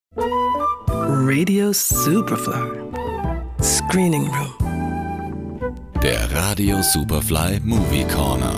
Radio Superfly. Screening Room. Der Radio Superfly Movie Corner.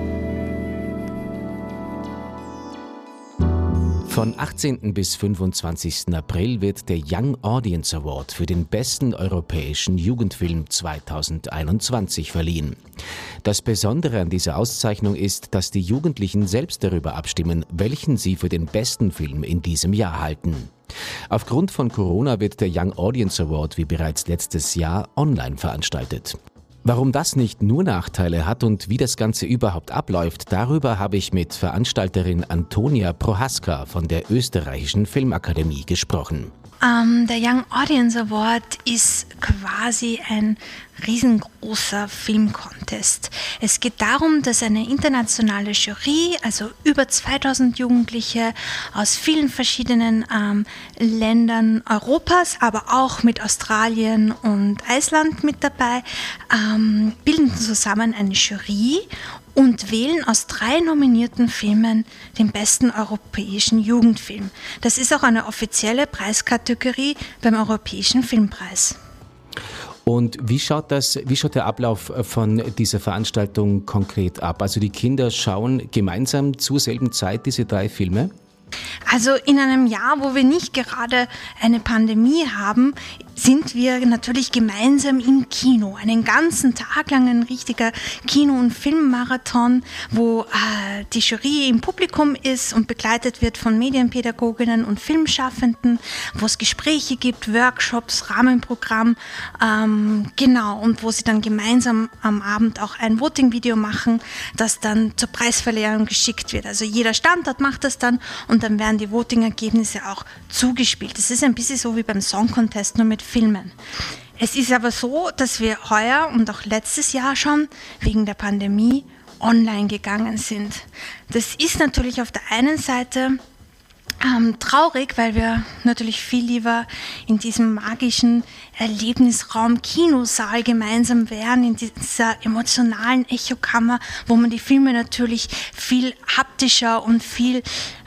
Von 18. bis 25. April wird der Young Audience Award für den besten europäischen Jugendfilm 2021 verliehen. Das Besondere an dieser Auszeichnung ist, dass die Jugendlichen selbst darüber abstimmen, welchen sie für den besten Film in diesem Jahr halten. Aufgrund von Corona wird der Young Audience Award wie bereits letztes Jahr online veranstaltet. Warum das nicht nur Nachteile hat und wie das Ganze überhaupt abläuft, darüber habe ich mit Veranstalterin Antonia Prohaska von der Österreichischen Filmakademie gesprochen. Der Young Audience Award ist quasi ein riesengroßer Filmcontest. Es geht darum, dass eine internationale Jury, also über 2000 Jugendliche aus vielen verschiedenen Ländern Europas, aber auch mit Australien und Island mit dabei, bilden zusammen eine Jury und wählen aus 3 nominierten Filmen den besten europäischen Jugendfilm. Das ist auch eine offizielle Preiskategorie beim Europäischen Filmpreis. Und wie schaut der Ablauf von dieser Veranstaltung konkret ab? Also die Kinder schauen gemeinsam zur selben Zeit diese 3 Filme? Also in einem Jahr, wo wir nicht gerade eine Pandemie haben, sind wir natürlich gemeinsam im Kino. Einen ganzen Tag lang ein richtiger Kino- und Filmmarathon, wo die Jury im Publikum ist und begleitet wird von Medienpädagoginnen und Filmschaffenden, wo es Gespräche gibt, Workshops, Rahmenprogramm, und wo sie dann gemeinsam am Abend auch ein Voting-Video machen, das dann zur Preisverleihung geschickt wird. Also jeder Standort macht das dann und dann werden die Voting-Ergebnisse auch zugespielt. Das ist ein bisschen so wie beim Song Contest, nur mit Filmen. Es ist aber so, dass wir heuer und auch letztes Jahr schon wegen der Pandemie online gegangen sind. Das ist natürlich auf der einen Seite traurig, weil wir natürlich viel lieber in diesem magischen Erlebnisraum Kinosaal gemeinsam wären, in dieser emotionalen Echokammer, wo man die Filme natürlich viel haptischer und viel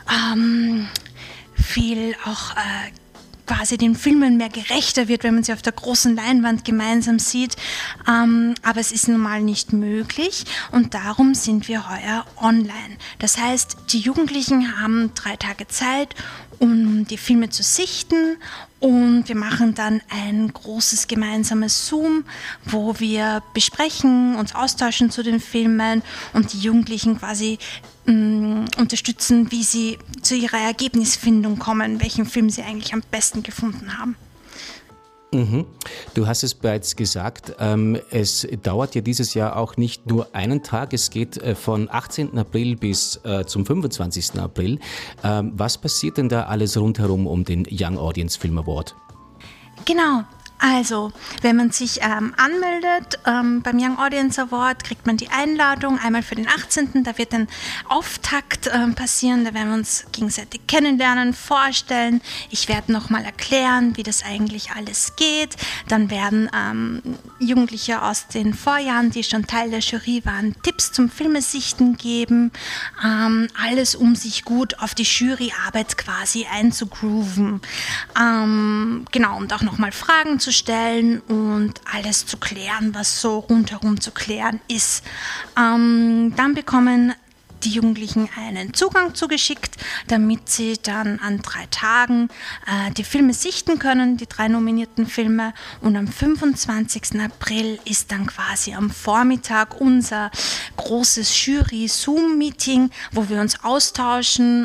auch quasi den Filmen mehr gerechter wird, wenn man sie auf der großen Leinwand gemeinsam sieht. Aber es ist nun mal nicht möglich und darum sind wir heuer online. Das heißt, die Jugendlichen haben 3 Tage Zeit, um die Filme zu sichten und wir machen dann ein großes gemeinsames Zoom, wo wir besprechen, uns austauschen zu den Filmen und die Jugendlichen quasi unterstützen, wie sie zu ihrer Ergebnisfindung kommen, welchen Film sie eigentlich am besten gefunden haben. Mhm. Du hast es bereits gesagt, es dauert ja dieses Jahr auch nicht nur einen Tag, es geht von 18. April bis zum 25. April. Was passiert denn da alles rundherum um den Young Audience Film Award? Genau. Also, wenn man sich anmeldet beim Young Audience Award, kriegt man die Einladung einmal für den 18., da wird ein Auftakt passieren, da werden wir uns gegenseitig kennenlernen, vorstellen. Ich werde nochmal erklären, wie das eigentlich alles geht. Dann werden Jugendliche aus den Vorjahren, die schon Teil der Jury waren, Tipps zum Filmesichten geben. Alles, um sich gut auf die Juryarbeit quasi einzugrooven. Und auch nochmal Fragen zu stellen und alles zu klären, was so rundherum zu klären ist. Dann bekommen die Jugendlichen einen Zugang zugeschickt, damit sie dann an 3 Tagen die Filme sichten können, die 3 nominierten Filme. Und am 25. April ist dann quasi am Vormittag unser großes Jury-Zoom-Meeting, wo wir uns austauschen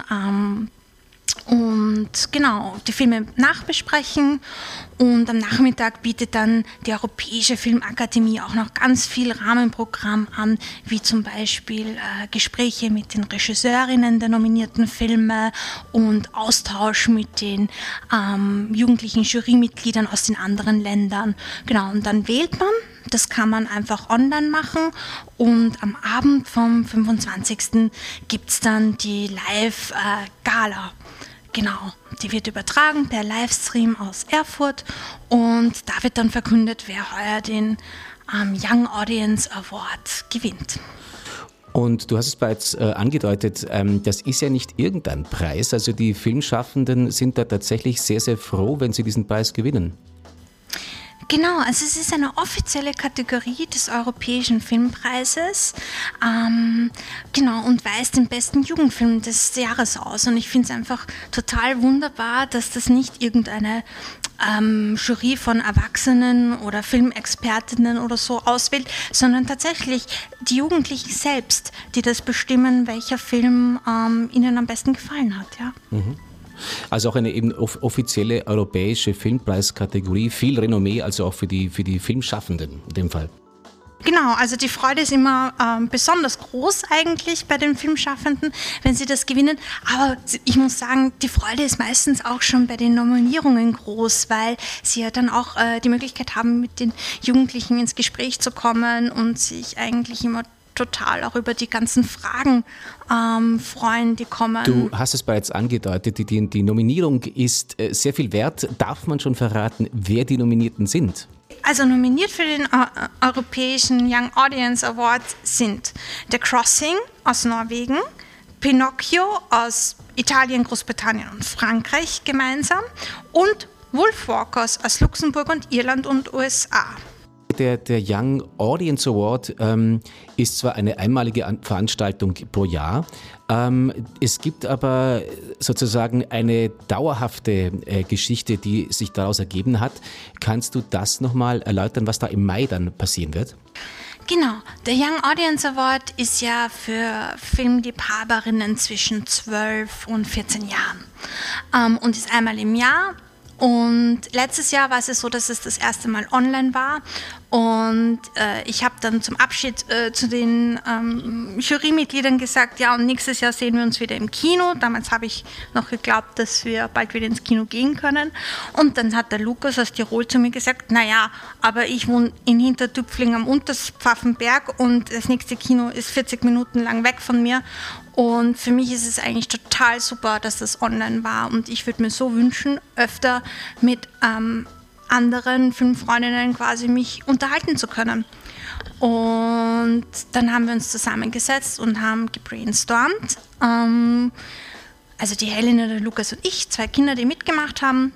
und die Filme nachbesprechen. Und am Nachmittag bietet dann die Europäische Filmakademie auch noch ganz viel Rahmenprogramm an, wie zum Beispiel Gespräche mit den Regisseurinnen der nominierten Filme und Austausch mit den jugendlichen Jurymitgliedern aus den anderen Ländern. Genau, und dann wählt man. Das kann man einfach online machen und am Abend vom 25. gibt es dann die Live-Gala. Genau, die wird übertragen per Livestream aus Erfurt und da wird dann verkündet, wer heuer den Young Audience Award gewinnt. Und du hast es bereits angedeutet, das ist ja nicht irgendein Preis. Also die Filmschaffenden sind da tatsächlich sehr, sehr froh, wenn sie diesen Preis gewinnen. Genau, also es ist eine offizielle Kategorie des Europäischen Filmpreises, und weist den besten Jugendfilm des Jahres aus. Und ich finde es einfach total wunderbar, dass das nicht irgendeine Jury von Erwachsenen oder Filmexpertinnen oder so auswählt, sondern tatsächlich die Jugendlichen selbst, die das bestimmen, welcher Film ihnen am besten gefallen hat. Ja. Mhm. Also auch eine eben offizielle europäische Filmpreiskategorie, viel Renommee, also auch für die Filmschaffenden in dem Fall. Genau, also die Freude ist immer besonders groß eigentlich bei den Filmschaffenden, wenn sie das gewinnen. Aber ich muss sagen, die Freude ist meistens auch schon bei den Nominierungen groß, weil sie ja dann auch die Möglichkeit haben, mit den Jugendlichen ins Gespräch zu kommen und sich eigentlich immer total auch über die ganzen Fragen freuen, die kommen. Du hast es bereits angedeutet, die Nominierung ist sehr viel wert. Darf man schon verraten, wer die Nominierten sind? Also nominiert für den Europäischen Young Audience Award sind The Crossing aus Norwegen, Pinocchio aus Italien, Großbritannien und Frankreich gemeinsam und Wolfwalkers aus Luxemburg und Irland und USA. Der Young Audience Award ist zwar eine einmalige Veranstaltung pro Jahr, es gibt aber sozusagen eine dauerhafte Geschichte, die sich daraus ergeben hat. Kannst du das nochmal erläutern, was da im Mai dann passieren wird? Genau, der Young Audience Award ist ja für Filmliebhaberinnen zwischen 12 und 14 Jahren und ist einmal im Jahr. Und letztes Jahr war es so, dass es das erste Mal online war und ich habe dann zum Abschied zu den Jurymitgliedern gesagt, ja, und nächstes Jahr sehen wir uns wieder im Kino. Damals habe ich noch geglaubt, dass wir bald wieder ins Kino gehen können. Und dann hat der Lukas aus Tirol zu mir gesagt, naja, aber ich wohne in Hintertupfling am Unterspfaffenberg und das nächste Kino ist 40 Minuten lang weg von mir. Und für mich ist es eigentlich total super, dass das online war. Und ich würde mir so wünschen, öfter mit anderen Filmfreundinnen quasi mich unterhalten zu können. Und dann haben wir uns zusammengesetzt und haben gebrainstormt. Also die Helena, der Lukas und ich, 2 Kinder, die mitgemacht haben.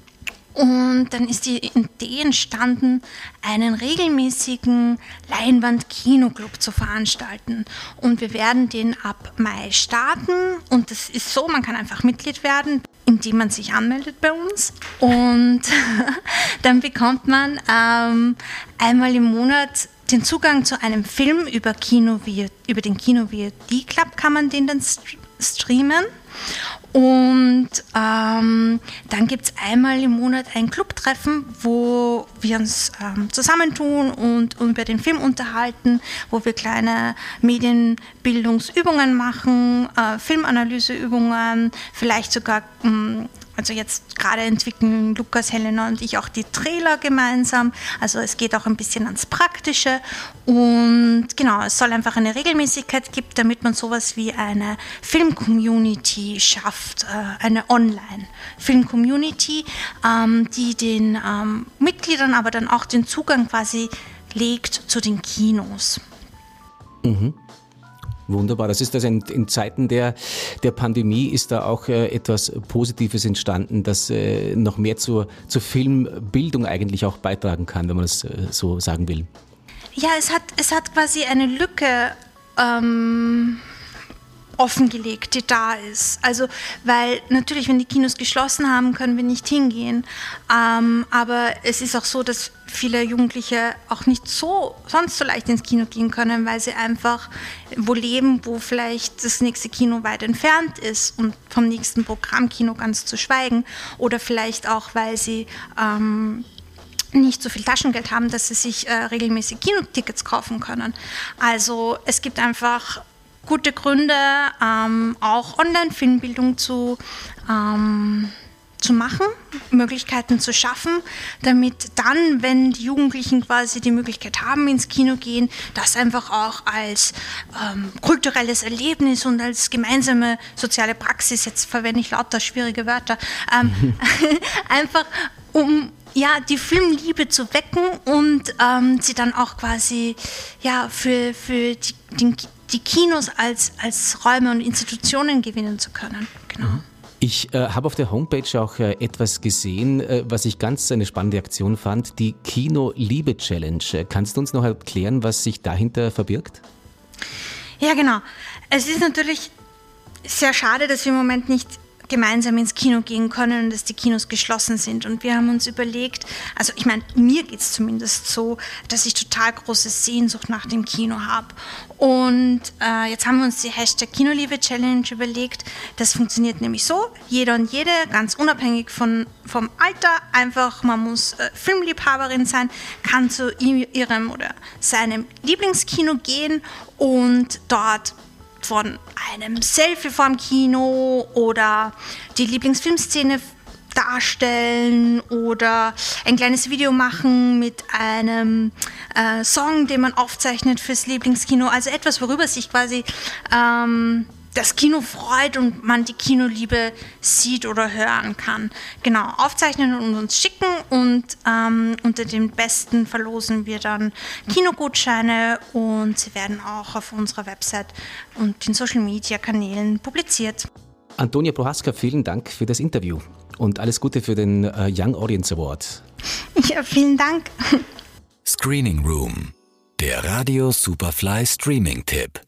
Und dann ist die Idee entstanden, einen regelmäßigen Leinwand-Kinoclub zu veranstalten. Und wir werden den ab Mai starten. Und das ist so, man kann einfach Mitglied werden, indem man sich anmeldet bei uns. Und dann bekommt man einmal im Monat den Zugang zu einem Film über den Kino VOD Club kann man den dann streamen. Und dann gibt es einmal im Monat ein Clubtreffen, wo wir uns zusammentun und über den Film unterhalten, wo wir kleine Medienbildungsübungen machen, Filmanalyseübungen, vielleicht sogar, also jetzt gerade entwickeln Lukas, Helena und ich auch die Trailer gemeinsam. Also es geht auch ein bisschen ans Praktische. Und genau, es soll einfach eine Regelmäßigkeit geben, damit man sowas wie eine Film-Community schafft, eine Online-Film-Community, die den Mitgliedern aber dann auch den Zugang quasi legt zu den Kinos. Mhm. Wunderbar, das ist also in Zeiten der Pandemie ist da auch etwas Positives entstanden, das noch mehr zur Filmbildung eigentlich auch beitragen kann, wenn man das so sagen will. Ja, es hat quasi eine Lücke offengelegt, die da ist. Also, weil natürlich, wenn die Kinos geschlossen haben, können wir nicht hingehen. Aber es ist auch so, dass viele Jugendliche auch nicht sonst so leicht ins Kino gehen können, weil sie einfach wo leben, wo vielleicht das nächste Kino weit entfernt ist und vom nächsten Programmkino ganz zu schweigen. Oder vielleicht auch, weil sie nicht so viel Taschengeld haben, dass sie sich regelmäßig Kinotickets kaufen können. Also es gibt einfach gute Gründe, auch Online-Filmbildung zu machen, Möglichkeiten zu schaffen, damit dann, wenn die Jugendlichen quasi die Möglichkeit haben, ins Kino gehen, das einfach auch als kulturelles Erlebnis und als gemeinsame soziale Praxis, jetzt verwende ich lauter schwierige Wörter, einfach die Filmliebe zu wecken und sie dann auch quasi für die Kinos als Räume und Institutionen gewinnen zu können. Genau. Ich habe auf der Homepage auch etwas gesehen, was ich ganz eine spannende Aktion fand, die Kino-Liebe-Challenge. Kannst du uns noch erklären, was sich dahinter verbirgt? Ja, genau. Es ist natürlich sehr schade, dass wir im Moment nicht gemeinsam ins Kino gehen können und dass die Kinos geschlossen sind. Und wir haben uns überlegt, also ich meine, mir geht es zumindest so, dass ich total große Sehnsucht nach dem Kino habe. Und jetzt haben wir uns die Hashtag Kinoliebe-Challenge überlegt. Das funktioniert nämlich so, jeder und jede, ganz unabhängig vom Alter, einfach, man muss Filmliebhaberin sein, kann zu ihrem oder seinem Lieblingskino gehen und dort von einem Selfie vorm Kino oder die Lieblingsfilmszene darstellen oder ein kleines Video machen mit einem Song, den man aufzeichnet fürs Lieblingskino. Also etwas, worüber sich quasi das Kino freut und man die Kinoliebe sieht oder hören kann. Genau, aufzeichnen und uns schicken und unter den Besten verlosen wir dann Kinogutscheine und sie werden auch auf unserer Website und den Social-Media-Kanälen publiziert. Antonia Prohaska, vielen Dank für das Interview und alles Gute für den Young Audience Award. Ja, vielen Dank. Screening Room, der Radio Superfly Streaming-Tipp.